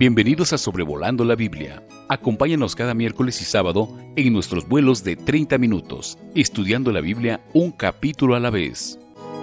Bienvenidos a Sobrevolando la Biblia. Acompáñanos cada miércoles y sábado en nuestros vuelos de 30 minutos, estudiando la Biblia un capítulo a la vez.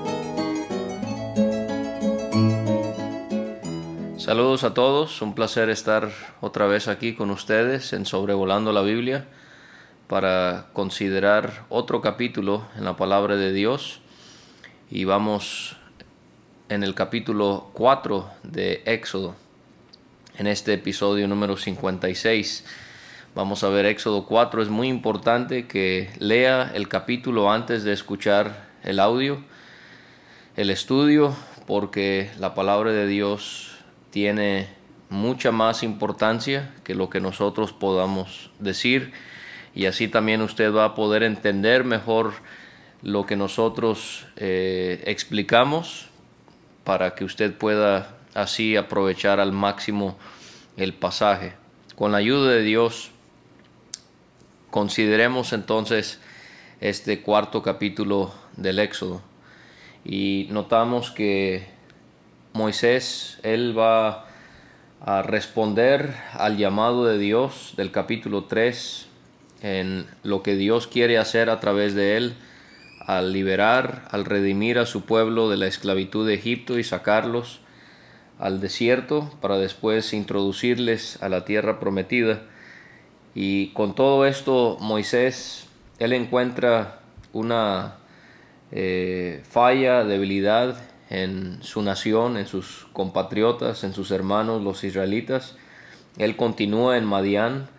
Saludos a todos, un placer estar otra vez aquí con ustedes en Sobrevolando la Biblia para considerar otro capítulo en la palabra de Dios. Y vamos en el capítulo 4 de Éxodo. En este episodio número 56 vamos a ver Éxodo 4. Es muy importante que lea el capítulo antes de escuchar el audio, el estudio, porque la palabra de Dios tiene mucha más importancia que lo que nosotros podamos decir, y así también usted va a poder entender mejor lo que nosotros explicamos, para que usted pueda así aprovechar al máximo el pasaje. Con la ayuda de Dios, consideremos entonces este cuarto capítulo del Éxodo. Y notamos que Moisés, él va a responder al llamado de Dios del capítulo 3 en lo que Dios quiere hacer a través de él, al liberar, al redimir a su pueblo de la esclavitud de Egipto y sacarlos al desierto para después introducirles a la tierra prometida. Y con todo esto Moisés, él encuentra una falla, debilidad en su nación, en sus compatriotas, en sus hermanos los israelitas. Él continúa en Madián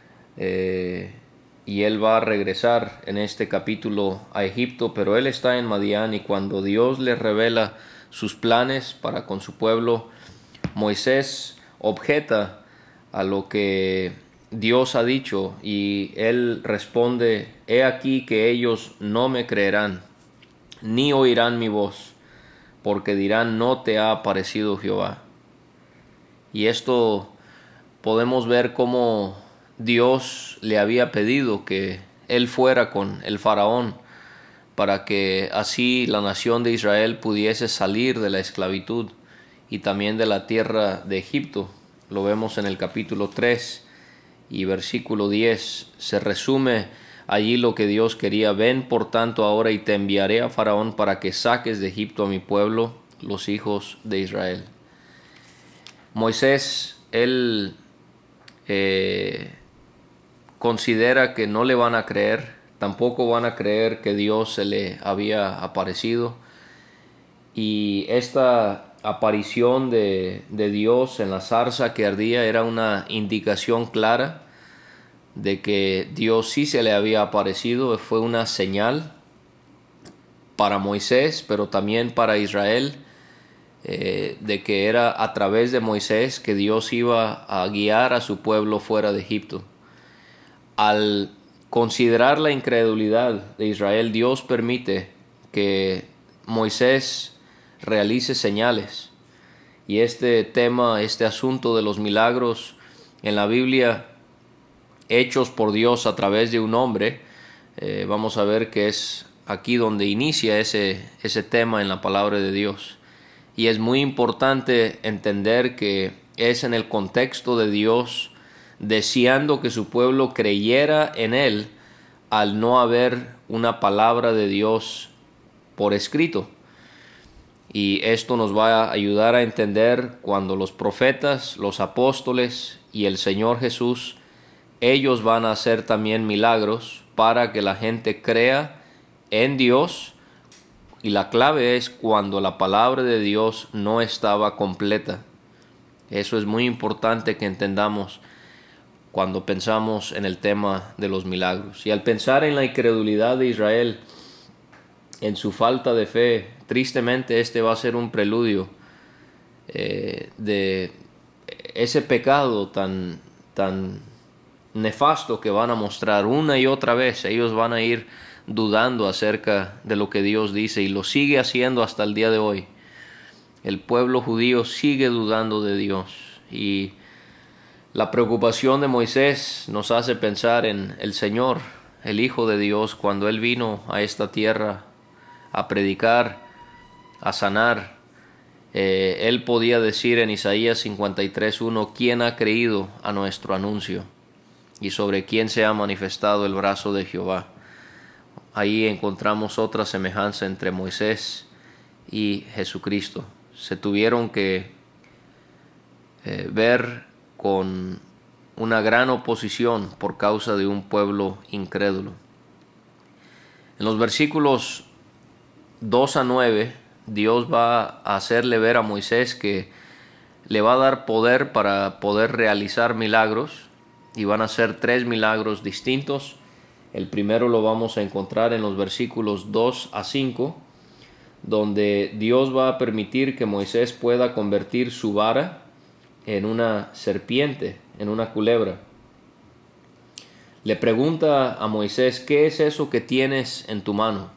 y él va a regresar en este capítulo a Egipto, pero él está en Madián, y cuando Dios le revela sus planes para con su pueblo, Moisés objeta a lo que Dios ha dicho, y él responde: he aquí que ellos no me creerán, ni oirán mi voz, porque dirán: no te ha aparecido Jehová. Y esto podemos ver cómo Dios le había pedido que él fuera con el faraón, para que así la nación de Israel pudiese salir de la esclavitud y también de la tierra de Egipto. Lo vemos en el capítulo 3 y versículo 10. Se resume allí lo que Dios quería: ven por tanto ahora y te enviaré a Faraón para que saques de Egipto a mi pueblo, los hijos de Israel. Moisés, él considera que no le van a creer, tampoco van a creer que Dios se le había aparecido. Y esta aparición de Dios en la zarza que ardía era una indicación clara de que Dios sí se le había aparecido. Fue una señal para Moisés, pero también para Israel, de que era a través de Moisés que Dios iba a guiar a su pueblo fuera de Egipto. Al considerar la incredulidad de Israel, Dios permite que Moisés realice señales. Y este tema, este asunto de los milagros en la Biblia, hechos por Dios a través de un hombre, vamos a ver que es aquí donde inicia ese tema en la palabra de Dios. Y es muy importante entender que es en el contexto de Dios deseando que su pueblo creyera en él, al no haber una palabra de Dios por escrito. Y esto nos va a ayudar a entender cuando los profetas, los apóstoles y el Señor Jesús, ellos van a hacer también milagros para que la gente crea en Dios. Y la clave es cuando la palabra de Dios no estaba completa. Eso es muy importante que entendamos cuando pensamos en el tema de los milagros. Y al pensar en la incredulidad de Israel, en su falta de fe, tristemente este va a ser un preludio de ese pecado tan nefasto que van a mostrar una y otra vez. Ellos van a ir dudando acerca de lo que Dios dice, y lo sigue haciendo hasta el día de hoy. El pueblo judío sigue dudando de Dios, y la preocupación de Moisés nos hace pensar en el Señor, el Hijo de Dios, cuando Él vino a esta tierra a predicar, a sanar, Él podía decir en Isaías 53:1, ¿quién ha creído a nuestro anuncio? Y sobre quién se ha manifestado el brazo de Jehová. Ahí encontramos otra semejanza entre Moisés y Jesucristo. Se tuvieron que ver con una gran oposición por causa de un pueblo incrédulo. En los versículos 2 a 9, Dios va a hacerle ver a Moisés que le va a dar poder para poder realizar milagros, y van a ser 3 milagros distintos. El primero lo vamos a encontrar en los versículos 2 a 5, donde Dios va a permitir que Moisés pueda convertir su vara en una serpiente, en una culebra. Le pregunta a Moisés, ¿qué es eso que tienes en tu mano?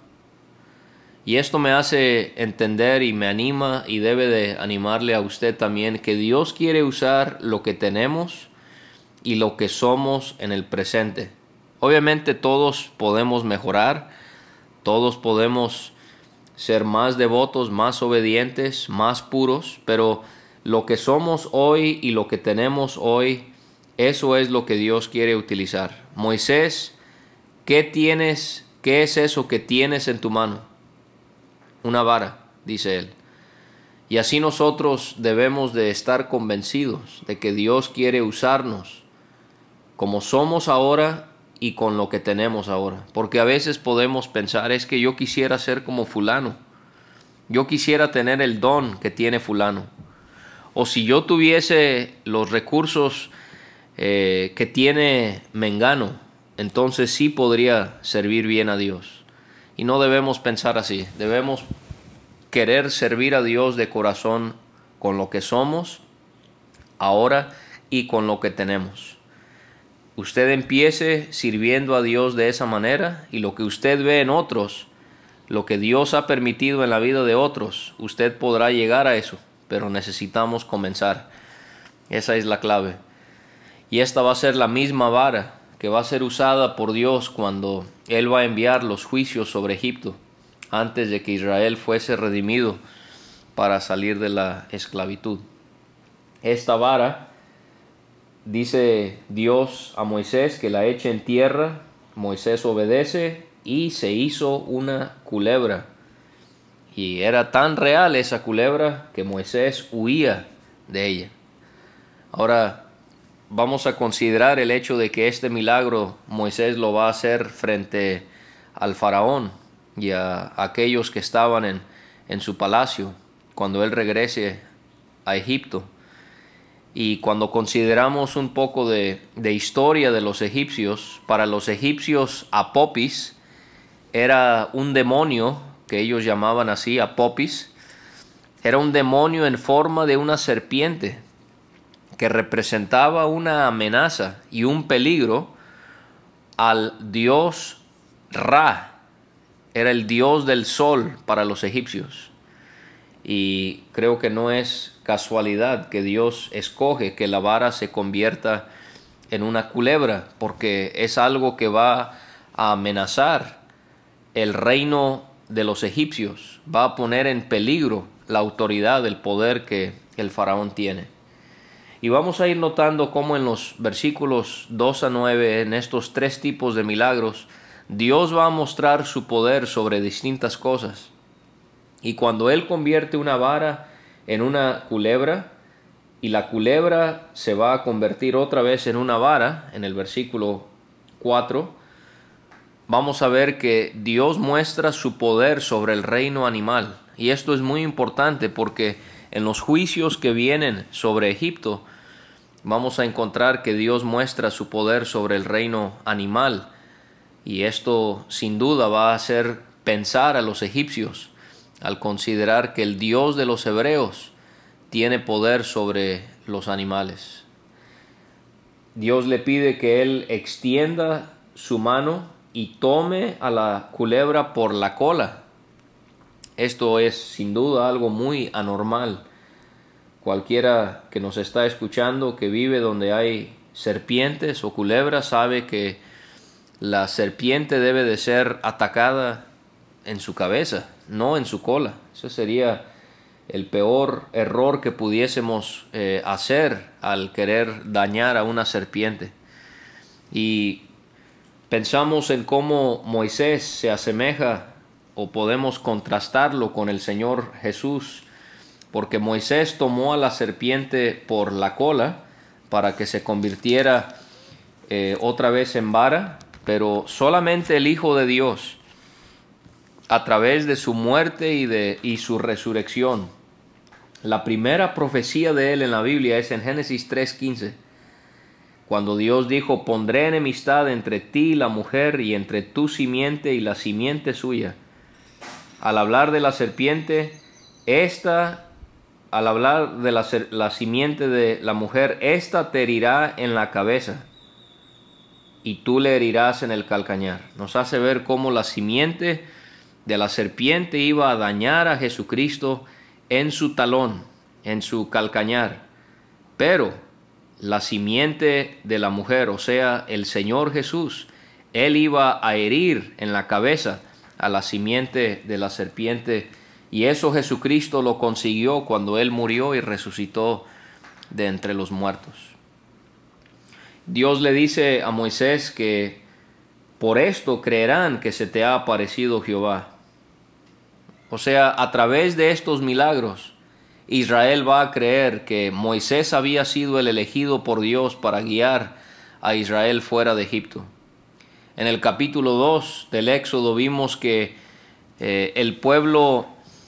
Y esto me hace entender y me anima, y debe de animarle a usted también, que Dios quiere usar lo que tenemos y lo que somos en el presente. Obviamente todos podemos mejorar, todos podemos ser más devotos, más obedientes, más puros, pero lo que somos hoy y lo que tenemos hoy, eso es lo que Dios quiere utilizar. Moisés, ¿qué tienes? ¿Qué es eso que tienes en tu mano? Una vara, dice él. Y así nosotros debemos de estar convencidos de que Dios quiere usarnos como somos ahora y con lo que tenemos ahora. Porque a veces podemos pensar, es que yo quisiera ser como fulano. Yo quisiera tener el don que tiene fulano. O si yo tuviese los recursos que tiene Mengano, entonces sí podría servir bien a Dios. Y no debemos pensar así. Debemos querer servir a Dios de corazón con lo que somos ahora y con lo que tenemos. Usted empiece sirviendo a Dios de esa manera, y lo que usted ve en otros, lo que Dios ha permitido en la vida de otros, usted podrá llegar a eso, pero necesitamos comenzar. Esa es la clave. Y esta va a ser la misma vara que va a ser usada por Dios cuando Él va a enviar los juicios sobre Egipto, antes de que Israel fuese redimido para salir de la esclavitud. Esta vara, dice Dios a Moisés que la eche en tierra. Moisés obedece y se hizo una culebra. Y era tan real esa culebra que Moisés huía de ella. Ahora vamos a considerar el hecho de que este milagro Moisés lo va a hacer frente al faraón y a aquellos que estaban en su palacio cuando él regrese a Egipto. Y cuando consideramos un poco de historia de los egipcios, para los egipcios Apopis era un demonio que ellos llamaban así, Apopis. Era un demonio en forma de una serpiente que representaba una amenaza y un peligro al dios Ra. Era el dios del sol para los egipcios. Y creo que no es casualidad que Dios escoge que la vara se convierta en una culebra, porque es algo que va a amenazar el reino de los egipcios, va a poner en peligro la autoridad, el poder que el faraón tiene. Y vamos a ir notando cómo en los versículos 2 a 9, en estos 3 tipos de milagros, Dios va a mostrar su poder sobre distintas cosas. Y cuando Él convierte una vara en una culebra, y la culebra se va a convertir otra vez en una vara, en el versículo 4, vamos a ver que Dios muestra su poder sobre el reino animal. Y esto es muy importante porque en los juicios que vienen sobre Egipto, vamos a encontrar que Dios muestra su poder sobre el reino animal. Y esto sin duda va a hacer pensar a los egipcios al considerar que el Dios de los hebreos tiene poder sobre los animales. Dios le pide que Él extienda su mano y tome a la culebra por la cola. Esto es sin duda algo muy anormal. Cualquiera que nos está escuchando que vive donde hay serpientes o culebras sabe que la serpiente debe de ser atacada en su cabeza, no en su cola. Eso sería el peor error que pudiésemos hacer al querer dañar a una serpiente. Y pensamos en cómo Moisés se asemeja o podemos contrastarlo con el Señor Jesús, porque Moisés tomó a la serpiente por la cola para que se convirtiera otra vez en vara, pero solamente el Hijo de Dios, a través de su muerte y su resurrección. La primera profecía de él en la Biblia es en Génesis 3:15, cuando Dios dijo: pondré enemistad entre ti y la mujer, y entre tu simiente y la simiente suya. Al hablar de la serpiente, al hablar de la simiente de la mujer, esta te herirá en la cabeza y tú le herirás en el calcañar. Nos hace ver cómo la simiente de la serpiente iba a dañar a Jesucristo en su talón, en su calcañar. Pero la simiente de la mujer, o sea, el Señor Jesús, Él iba a herir en la cabeza a la simiente de la serpiente. Y eso Jesucristo lo consiguió cuando Él murió y resucitó de entre los muertos. Dios le dice a Moisés que por esto creerán que se te ha aparecido Jehová. O sea, a través de estos milagros, Israel va a creer que Moisés había sido el elegido por Dios para guiar a Israel fuera de Egipto. En el capítulo 2 del Éxodo vimos que el pueblo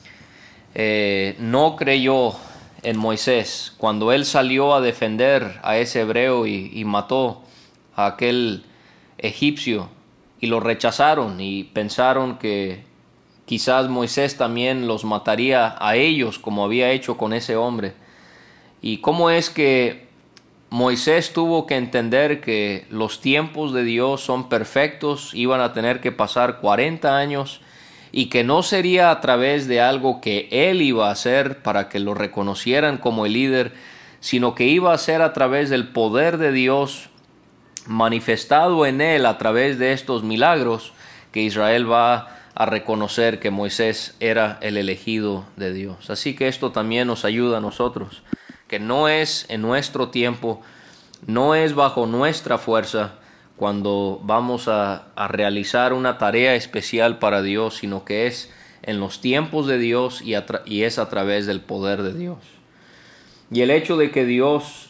no creyó en Moisés cuando él salió a defender a ese hebreo y mató a aquel egipcio, y lo rechazaron y pensaron que quizás Moisés también los mataría a ellos como había hecho con ese hombre. Y cómo es que Moisés tuvo que entender que los tiempos de Dios son perfectos, iban a tener que pasar 40 años y que no sería a través de algo que él iba a hacer para que lo reconocieran como el líder, sino que iba a ser a través del poder de Dios manifestado en él a través de estos milagros, que Israel va a reconocer que Moisés era el elegido de Dios. Así que esto también nos ayuda a nosotros, que no es en nuestro tiempo, no es bajo nuestra fuerza cuando vamos a realizar una tarea especial para Dios, sino que es en los tiempos de Dios y es a través del poder de Dios. Y el hecho de que Dios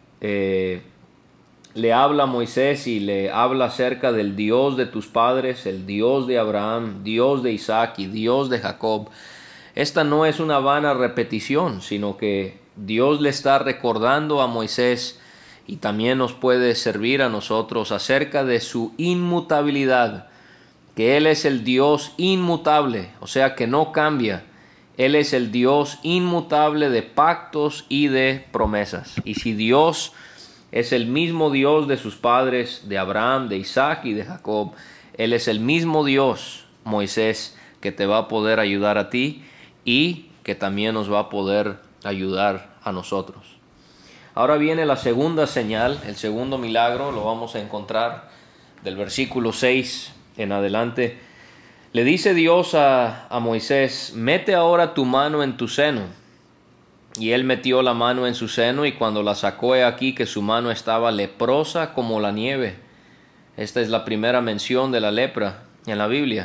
le habla a Moisés y le habla acerca del Dios de tus padres, el Dios de Abraham, Dios de Isaac y Dios de Jacob, esta no es una vana repetición, sino que Dios le está recordando a Moisés, y también nos puede servir a nosotros, acerca de su inmutabilidad, que Él es el Dios inmutable, o sea que no cambia. Él es el Dios inmutable de pactos y de promesas. Y si Dios es el mismo Dios de sus padres, de Abraham, de Isaac y de Jacob, Él es el mismo Dios, Moisés, que te va a poder ayudar a ti y que también nos va a poder ayudar a nosotros. Ahora viene la segunda señal, el segundo milagro, lo vamos a encontrar del versículo 6 en adelante. Le dice Dios a Moisés: mete ahora tu mano en tu seno. Y él metió la mano en su seno, y cuando la sacó, he aquí que su mano estaba leprosa como la nieve. Esta es la primera mención de la lepra en la Biblia.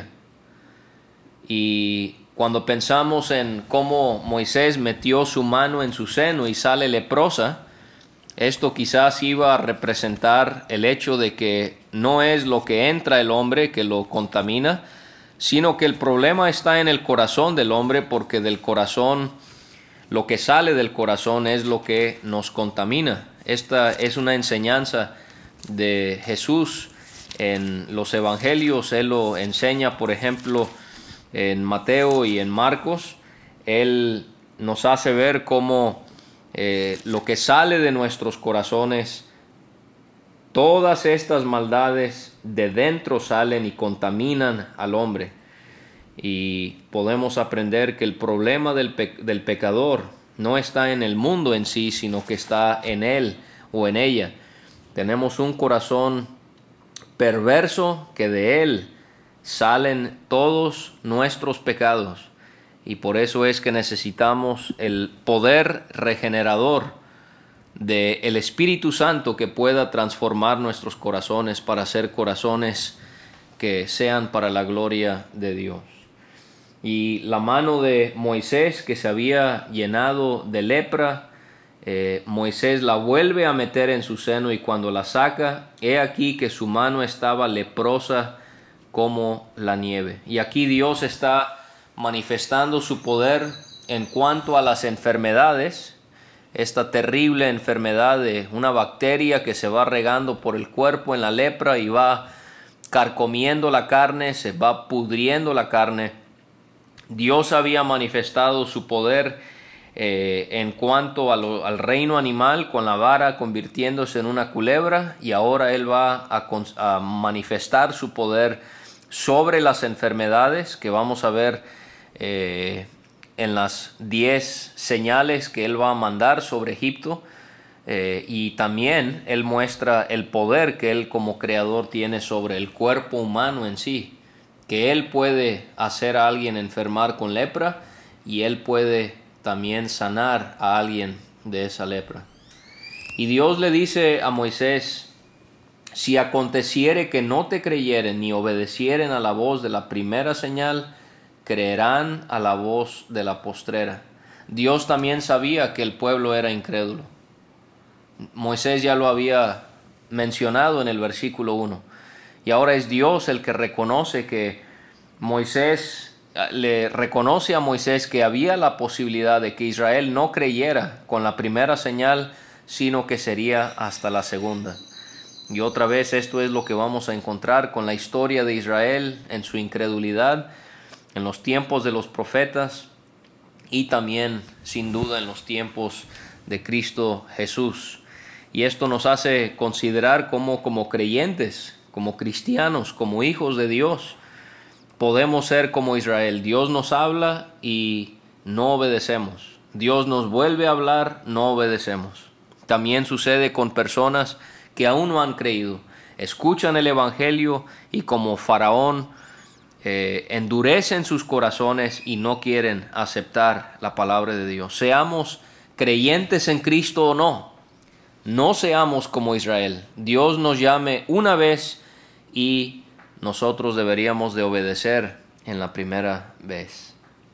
Y cuando pensamos en cómo Moisés metió su mano en su seno y sale leprosa, esto quizás iba a representar el hecho de que no es lo que entra el hombre que lo contamina, sino que el problema está en el corazón del hombre, porque del corazón, lo que sale del corazón es lo que nos contamina. Esta es una enseñanza de Jesús en los evangelios. Él lo enseña, por ejemplo, en Mateo y en Marcos. Él nos hace ver cómo lo que sale de nuestros corazones, todas estas maldades de dentro salen y contaminan al hombre. Y podemos aprender que el problema del pecador no está en el mundo en sí, sino que está en él o en ella. Tenemos un corazón perverso, que de él salen todos nuestros pecados. y por eso es que necesitamos el poder regenerador del Espíritu Santo que pueda transformar nuestros corazones para ser corazones que sean para la gloria de Dios. Y la mano de Moisés, que se había llenado de lepra, Moisés la vuelve a meter en su seno, y cuando la saca, he aquí que su mano estaba leprosa como la nieve. Y aquí Dios está manifestando su poder en cuanto a las enfermedades, esta terrible enfermedad de una bacteria que se va regando por el cuerpo en la lepra y va carcomiendo la carne, se va pudriendo la carne. Dios había manifestado su poder en cuanto al reino animal, con la vara convirtiéndose en una culebra, y ahora Él va a manifestar su poder sobre las enfermedades que vamos a ver en las 10 señales que Él va a mandar sobre Egipto. Y también Él muestra el poder que Él como creador tiene sobre el cuerpo humano en sí, que Él puede hacer a alguien enfermar con lepra, y Él puede también sanar a alguien de esa lepra. Y Dios le dice a Moisés: si aconteciere que no te creyeren ni obedecieren a la voz de la primera señal, creerán a la voz de la postrera. Dios también sabía que el pueblo era incrédulo. Moisés ya lo había mencionado en el versículo 1. Y ahora es Dios el que reconoce que le reconoce a Moisés que había la posibilidad de que Israel no creyera con la primera señal, sino que sería hasta la segunda. Y otra vez esto es lo que vamos a encontrar con la historia de Israel en su incredulidad, en los tiempos de los profetas y también sin duda en los tiempos de Cristo Jesús. Y esto nos hace considerar cómo como creyentes, como cristianos, como hijos de Dios, podemos ser como Israel. Dios nos habla y no obedecemos. Dios nos vuelve a hablar, no obedecemos. También sucede con personas que aún no han creído. Escuchan el Evangelio y como Faraón endurecen sus corazones y no quieren aceptar la palabra de Dios. Seamos creyentes en Cristo o no, no seamos como Israel. Dios nos llame una vez y nosotros deberíamos de obedecer en la primera vez.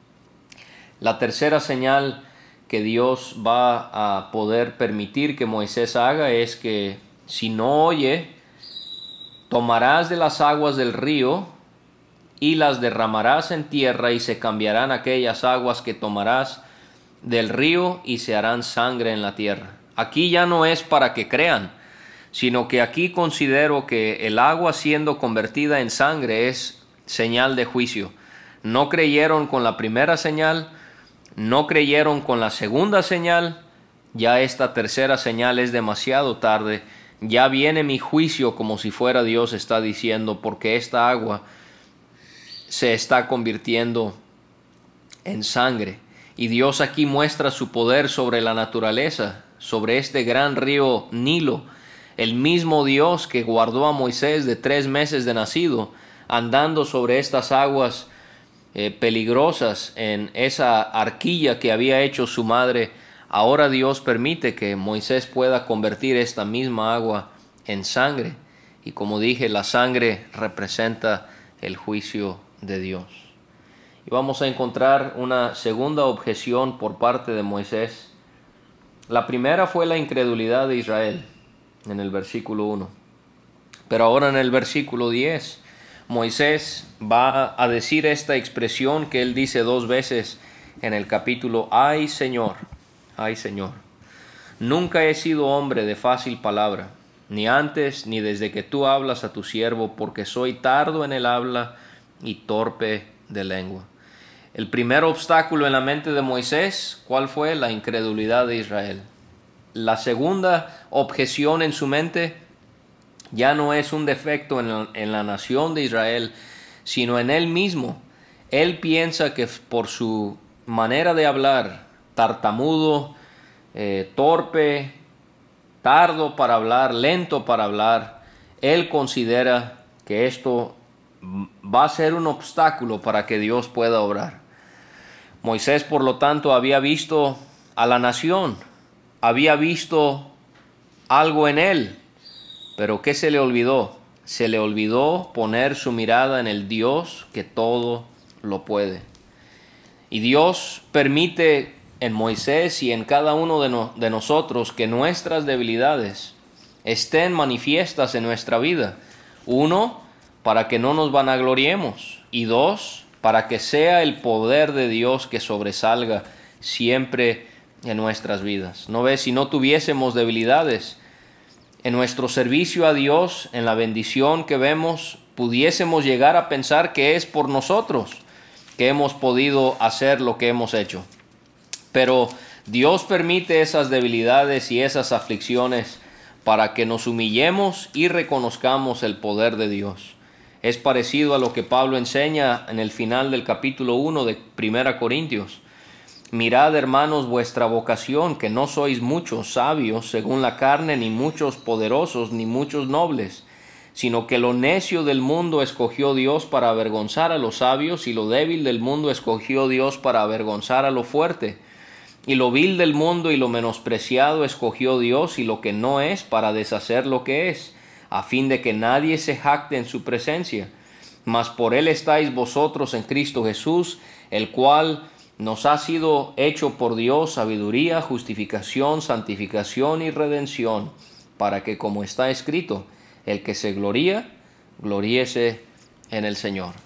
La tercera señal que Dios va a poder permitir que Moisés haga es que si no oye, tomarás de las aguas del río y las derramarás en tierra, y se cambiarán aquellas aguas que tomarás del río y se harán sangre en la tierra. Aquí ya no es para que crean, sino que aquí considero que el agua siendo convertida en sangre es señal de juicio. No creyeron con la primera señal, no creyeron con la segunda señal, ya esta tercera señal es demasiado tarde. Ya viene mi juicio, como si fuera Dios está diciendo, porque esta agua se está convirtiendo en sangre. Y Dios aquí muestra su poder sobre la naturaleza, sobre este gran río Nilo. El mismo Dios que guardó a Moisés de 3 meses de nacido, andando sobre estas aguas peligrosas en esa arquilla que había hecho su madre. Ahora Dios permite que Moisés pueda convertir esta misma agua en sangre. Y como dije, la sangre representa el juicio de Dios. Y vamos a encontrar una segunda objeción por parte de Moisés. La primera fue la incredulidad de Israel en el versículo 1. Pero ahora en el versículo 10, Moisés va a decir esta expresión que él dice 2 veces en el capítulo: ay Señor, nunca he sido hombre de fácil palabra, ni antes ni desde que tú hablas a tu siervo, porque soy tardo en el habla y torpe de lengua. El primer obstáculo en la mente de Moisés, ¿cuál fue? La incredulidad de Israel. La segunda objeción en su mente ya no es un defecto en la nación de Israel, sino en él mismo. Él piensa que por su manera de hablar, tartamudo, torpe, tardo para hablar, lento para hablar, él considera que esto va a ser un obstáculo para que Dios pueda obrar. Moisés, por lo tanto, había visto a la nación, había visto algo en él, pero ¿qué se le olvidó? Se le olvidó poner su mirada en el Dios que todo lo puede. Y Dios permite en Moisés y en cada uno de nosotros que nuestras debilidades estén manifiestas en nuestra vida. Uno, para que no nos vanagloriemos. Y dos, para que sea el poder de Dios que sobresalga siempre en nuestras vidas. ¿No ves? Si no tuviésemos debilidades, en nuestro servicio a Dios, en la bendición que vemos, pudiésemos llegar a pensar que es por nosotros que hemos podido hacer lo que hemos hecho. Pero Dios permite esas debilidades y esas aflicciones para que nos humillemos y reconozcamos el poder de Dios. Es parecido a lo que Pablo enseña en el final del capítulo 1 de 1 Corintios. Mirad, hermanos, vuestra vocación, que no sois muchos sabios según la carne, ni muchos poderosos, ni muchos nobles, sino que lo necio del mundo escogió Dios para avergonzar a los sabios, y lo débil del mundo escogió Dios para avergonzar a lo fuerte. Y lo vil del mundo y lo menospreciado escogió Dios, y lo que no es, para deshacer lo que es, a fin de que nadie se jacte en su presencia. Mas por él estáis vosotros en Cristo Jesús, el cual nos ha sido hecho por Dios sabiduría, justificación, santificación y redención, para que, como está escrito, el que se gloría, gloríese en el Señor.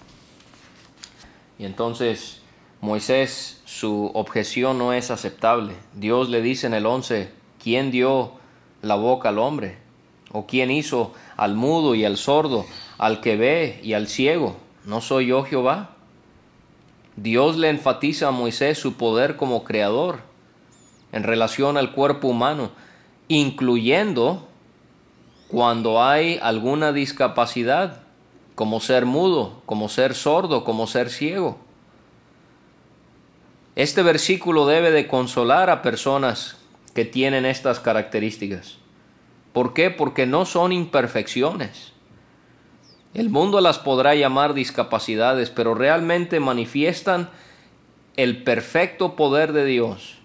Y entonces Moisés, su objeción no es aceptable. Dios le dice en el 11, ¿quién dio la boca al hombre? ¿O quién hizo al mudo y al sordo, al que ve y al ciego? ¿No soy yo Jehová? Dios le enfatiza a Moisés su poder como creador en relación al cuerpo humano, incluyendo cuando hay alguna discapacidad, como ser mudo, como ser sordo, como ser ciego. Este versículo debe de consolar a personas que tienen estas características. ¿Por qué? Porque no son imperfecciones. El mundo las podrá llamar discapacidades, pero realmente manifiestan el perfecto poder de Dios,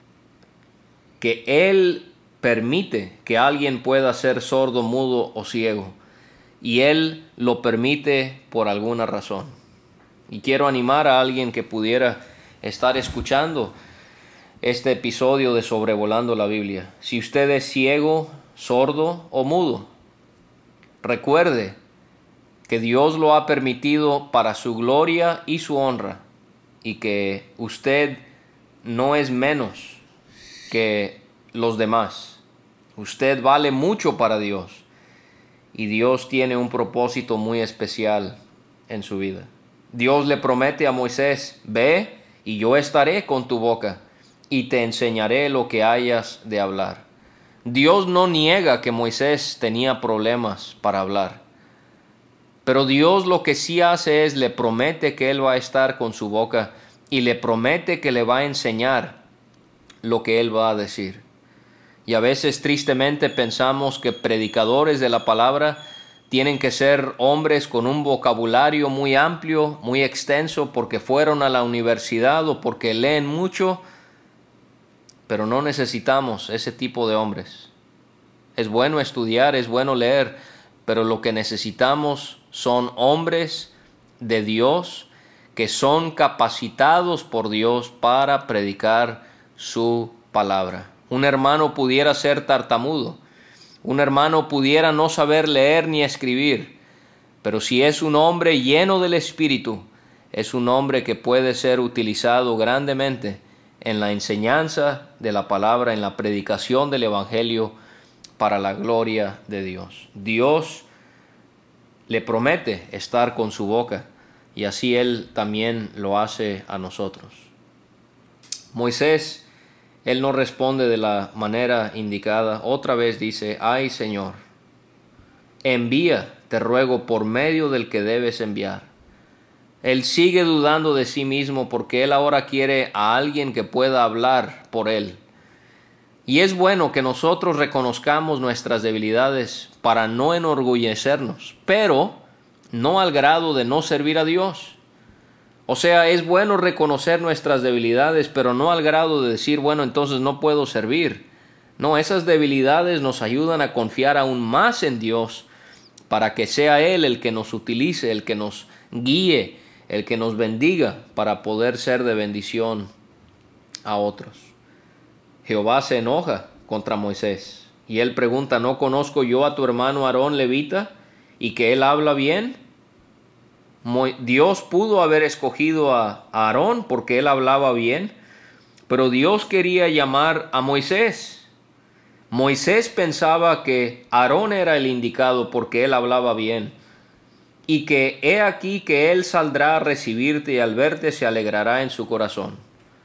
que Él permite que alguien pueda ser sordo, mudo o ciego, y Él lo permite por alguna razón. Y quiero animar a alguien que pudiera estar escuchando este episodio de Sobrevolando la Biblia. Si usted es ciego, sordo o mudo, recuerde que Dios lo ha permitido para su gloria y su honra, y que usted no es menos que los demás. Usted vale mucho para Dios, y Dios tiene un propósito muy especial en su vida. Dios le promete a Moisés, ve y yo estaré con tu boca y te enseñaré lo que hayas de hablar. Dios no niega que Moisés tenía problemas para hablar. Pero Dios lo que sí hace es le promete que Él va a estar con su boca y le promete que le va a enseñar lo que Él va a decir. Y a veces tristemente pensamos que predicadores de la palabra tienen que ser hombres con un vocabulario muy amplio, muy extenso, porque fueron a la universidad o porque leen mucho, pero no necesitamos ese tipo de hombres. Es bueno estudiar, es bueno leer, pero lo que necesitamos son hombres de Dios que son capacitados por Dios para predicar su palabra. Un hermano pudiera ser tartamudo, un hermano pudiera no saber leer ni escribir, pero si es un hombre lleno del Espíritu, es un hombre que puede ser utilizado grandemente en la enseñanza de la palabra, en la predicación del Evangelio para la gloria de Dios. Dios le promete estar con su boca, y así Él también lo hace a nosotros. Moisés, él no responde de la manera indicada. Otra vez dice, ay Señor, envía, te ruego, por medio del que debes enviar. Él sigue dudando de sí mismo porque él ahora quiere a alguien que pueda hablar por él. Y es bueno que nosotros reconozcamos nuestras debilidades para no enorgullecernos, pero no al grado de no servir a Dios. O sea, es bueno reconocer nuestras debilidades, pero no al grado de decir, bueno, entonces no puedo servir. No, esas debilidades nos ayudan a confiar aún más en Dios para que sea Él el que nos utilice, el que nos guíe, el que nos bendiga para poder ser de bendición a otros. Jehová se enoja contra Moisés y él pregunta, ¿no conozco yo a tu hermano Aarón levita y que él habla bien? Dios pudo haber escogido a Aarón porque él hablaba bien, pero Dios quería llamar a Moisés. Moisés pensaba que Aarón era el indicado porque él hablaba bien, y que he aquí que él saldrá a recibirte y al verte se alegrará en su corazón.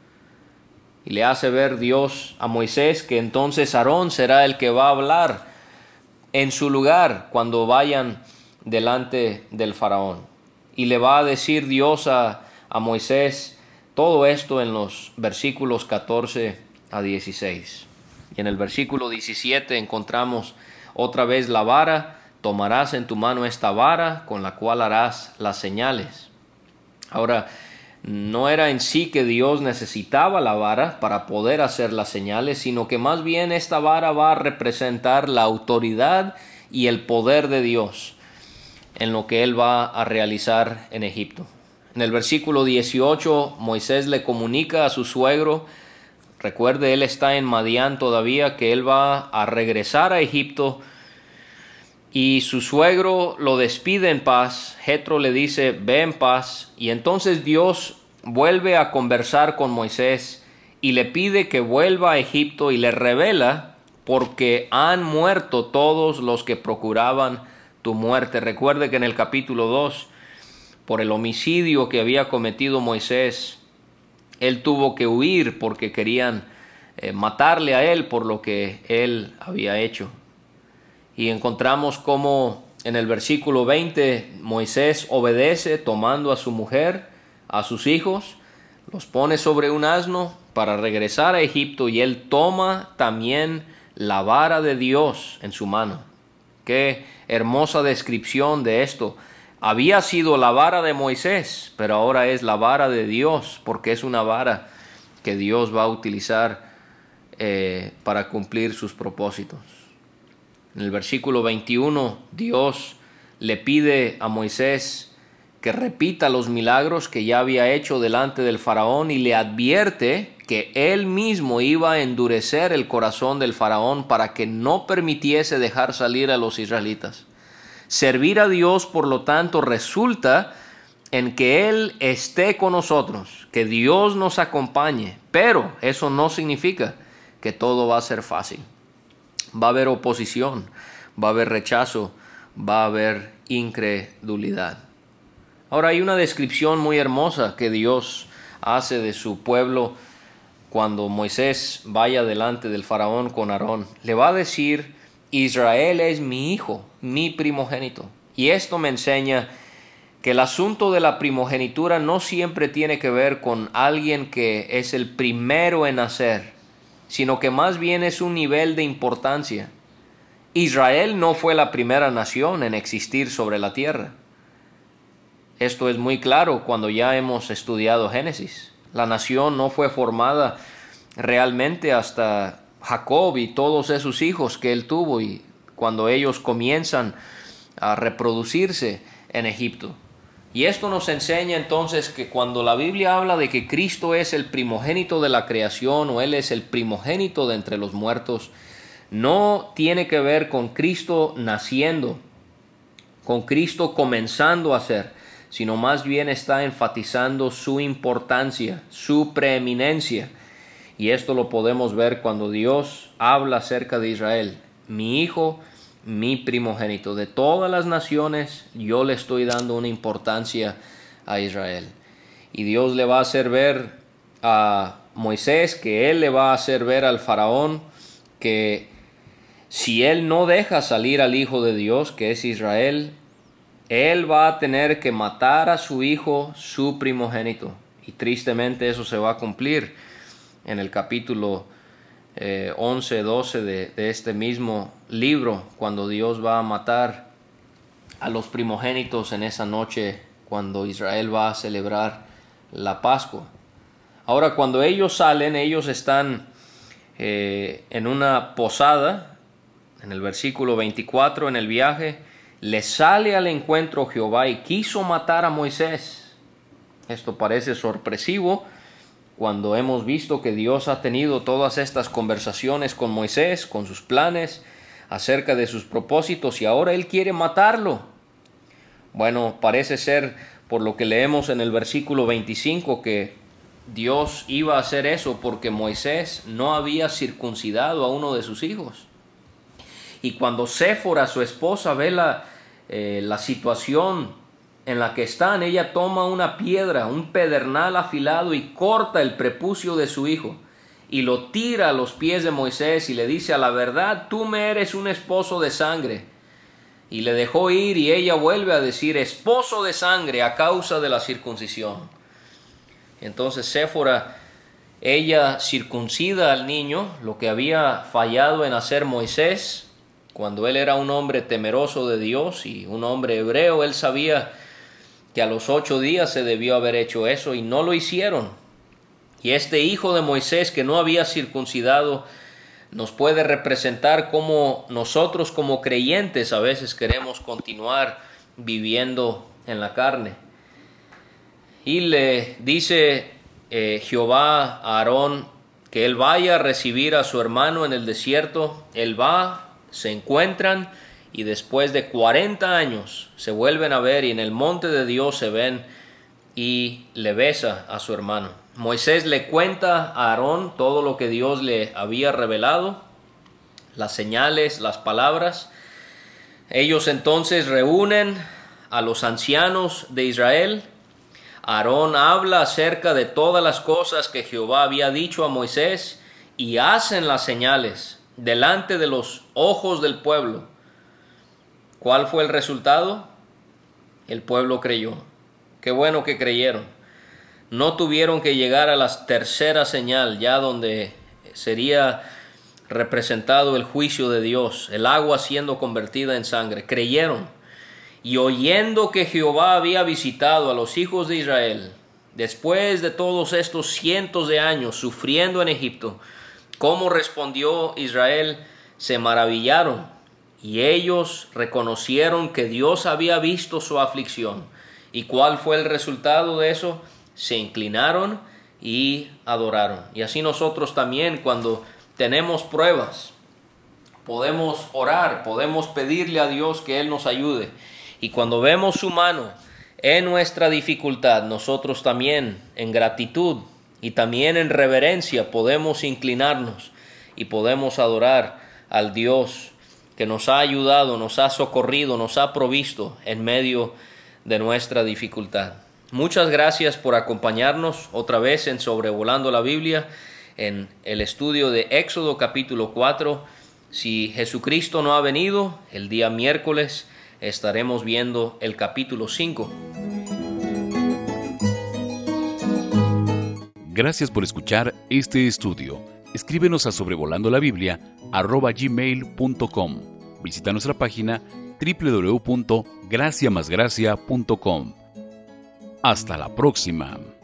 Y le hace ver Dios a Moisés que entonces Aarón será el que va a hablar en su lugar cuando vayan delante del faraón. Y le va a decir Dios a Moisés todo esto en los versículos 14 a 16. Y en el versículo 17 encontramos otra vez la vara. Tomarás en tu mano esta vara con la cual harás las señales. Ahora, no era en sí que Dios necesitaba la vara para poder hacer las señales, sino que más bien esta vara va a representar la autoridad y el poder de Dios en lo que Él va a realizar en Egipto. En el versículo 18, Moisés le comunica a su suegro, recuerde, él está en Madián todavía, que él va a regresar a Egipto, y su suegro lo despide en paz. Jetro le dice, ve en paz, y entonces Dios vuelve a conversar con Moisés y le pide que vuelva a Egipto y le revela porque han muerto todos los que procuraban tu muerte. Recuerde que en el capítulo 2, por el homicidio que había cometido Moisés, él tuvo que huir porque querían matarle a él por lo que él había hecho. Y encontramos cómo en el versículo 20 Moisés obedece tomando a su mujer, a sus hijos, los pone sobre un asno para regresar a Egipto y él toma también la vara de Dios en su mano. Qué hermosa descripción de esto. Había sido la vara de Moisés, pero ahora es la vara de Dios, porque es una vara que Dios va a utilizar para cumplir sus propósitos. En el versículo 21, Dios le pide a Moisés que repita los milagros que ya había hecho delante del faraón y le advierte que él mismo iba a endurecer el corazón del faraón para que no permitiese dejar salir a los israelitas. Servir a Dios, por lo tanto, resulta en que Él esté con nosotros, que Dios nos acompañe, pero eso no significa que todo va a ser fácil. Va a haber oposición, va a haber rechazo, va a haber incredulidad. Ahora hay una descripción muy hermosa que Dios hace de su pueblo cuando Moisés vaya delante del faraón con Aarón. Le va a decir, Israel es mi hijo, mi primogénito. Y esto me enseña que el asunto de la primogenitura no siempre tiene que ver con alguien que es el primero en nacer, sino que más bien es un nivel de importancia. Israel no fue la primera nación en existir sobre la tierra. Esto es muy claro cuando ya hemos estudiado Génesis. La nación no fue formada realmente hasta Jacob y todos esos hijos que él tuvo y cuando ellos comienzan a reproducirse en Egipto. Y esto nos enseña entonces que cuando la Biblia habla de que Cristo es el primogénito de la creación o Él es el primogénito de entre los muertos, no tiene que ver con Cristo naciendo, con Cristo comenzando a ser, sino más bien está enfatizando su importancia, su preeminencia. Y esto lo podemos ver cuando Dios habla acerca de Israel. Mi hijo, mi primogénito. De todas las naciones yo le estoy dando una importancia a Israel. Y Dios le va a hacer ver a Moisés, que él le va a hacer ver al faraón, que si él no deja salir al Hijo de Dios, que es Israel, él va a tener que matar a su hijo, su primogénito. Y tristemente eso se va a cumplir en el capítulo 11, 12 de este mismo libro, cuando Dios va a matar a los primogénitos en esa noche, cuando Israel va a celebrar la Pascua. Ahora, cuando ellos salen, ellos están en una posada, en el versículo 24, en el viaje, les sale al encuentro Jehová y quiso matar a Moisés. Esto parece sorpresivo cuando hemos visto que Dios ha tenido todas estas conversaciones con Moisés, con sus planes, acerca de sus propósitos, y ahora él quiere matarlo. Bueno, parece ser, por lo que leemos en el versículo 25, que Dios iba a hacer eso porque Moisés no había circuncidado a uno de sus hijos. Y cuando Séfora, su esposa, ve la situación en la que están, ella toma una piedra, un pedernal afilado, y corta el prepucio de su hijo y lo tira a los pies de Moisés y le dice: a la verdad, tú me eres un esposo de sangre. Y le dejó ir, y ella vuelve a decir: esposo de sangre a causa de la circuncisión. Entonces Séfora, ella circuncida al niño, lo que había fallado en hacer Moisés. Cuando él era un hombre temeroso de Dios y un hombre hebreo, él sabía que a los 8 días se debió haber hecho eso, y no lo hicieron. Y este hijo de Moisés que no había circuncidado nos puede representar cómo nosotros como creyentes a veces queremos continuar viviendo en la carne. Y le dice Jehová a Aarón que él vaya a recibir a su hermano en el desierto. Él va, se encuentran, y después de 40 años se vuelven a ver, y en el monte de Dios se ven, y le besa a su hermano. Moisés le cuenta a Aarón todo lo que Dios le había revelado, las señales, las palabras. Ellos entonces reúnen a los ancianos de Israel. Aarón habla acerca de todas las cosas que Jehová había dicho a Moisés, y hacen las señales delante de los ojos del pueblo. ¿Cuál fue el resultado? El pueblo creyó. Qué bueno que creyeron. No tuvieron que llegar a la tercera señal, ya donde sería representado el juicio de Dios, el agua siendo convertida en sangre. Creyeron. Y oyendo que Jehová había visitado a los hijos de Israel, después de todos estos cientos de años sufriendo en Egipto, cómo respondió Israel, se maravillaron. Y ellos reconocieron que Dios había visto su aflicción. ¿Y cuál fue el resultado de eso? Se inclinaron y adoraron. Y así nosotros también, cuando tenemos pruebas, podemos orar, podemos pedirle a Dios que Él nos ayude. Y cuando vemos su mano en nuestra dificultad, nosotros también en gratitud y también en reverencia podemos inclinarnos y podemos adorar al Dios que nos ha ayudado, nos ha socorrido, nos ha provisto en medio de nuestra dificultad. Muchas gracias por acompañarnos otra vez en Sobrevolando la Biblia, en el estudio de Éxodo capítulo 4. Si Jesucristo no ha venido, el día miércoles estaremos viendo el capítulo 5. Gracias por escuchar este estudio. Escríbenos a sobrevolandolabiblia@gmail.com. Visita nuestra página www.graciamasgracia.com. Hasta la próxima.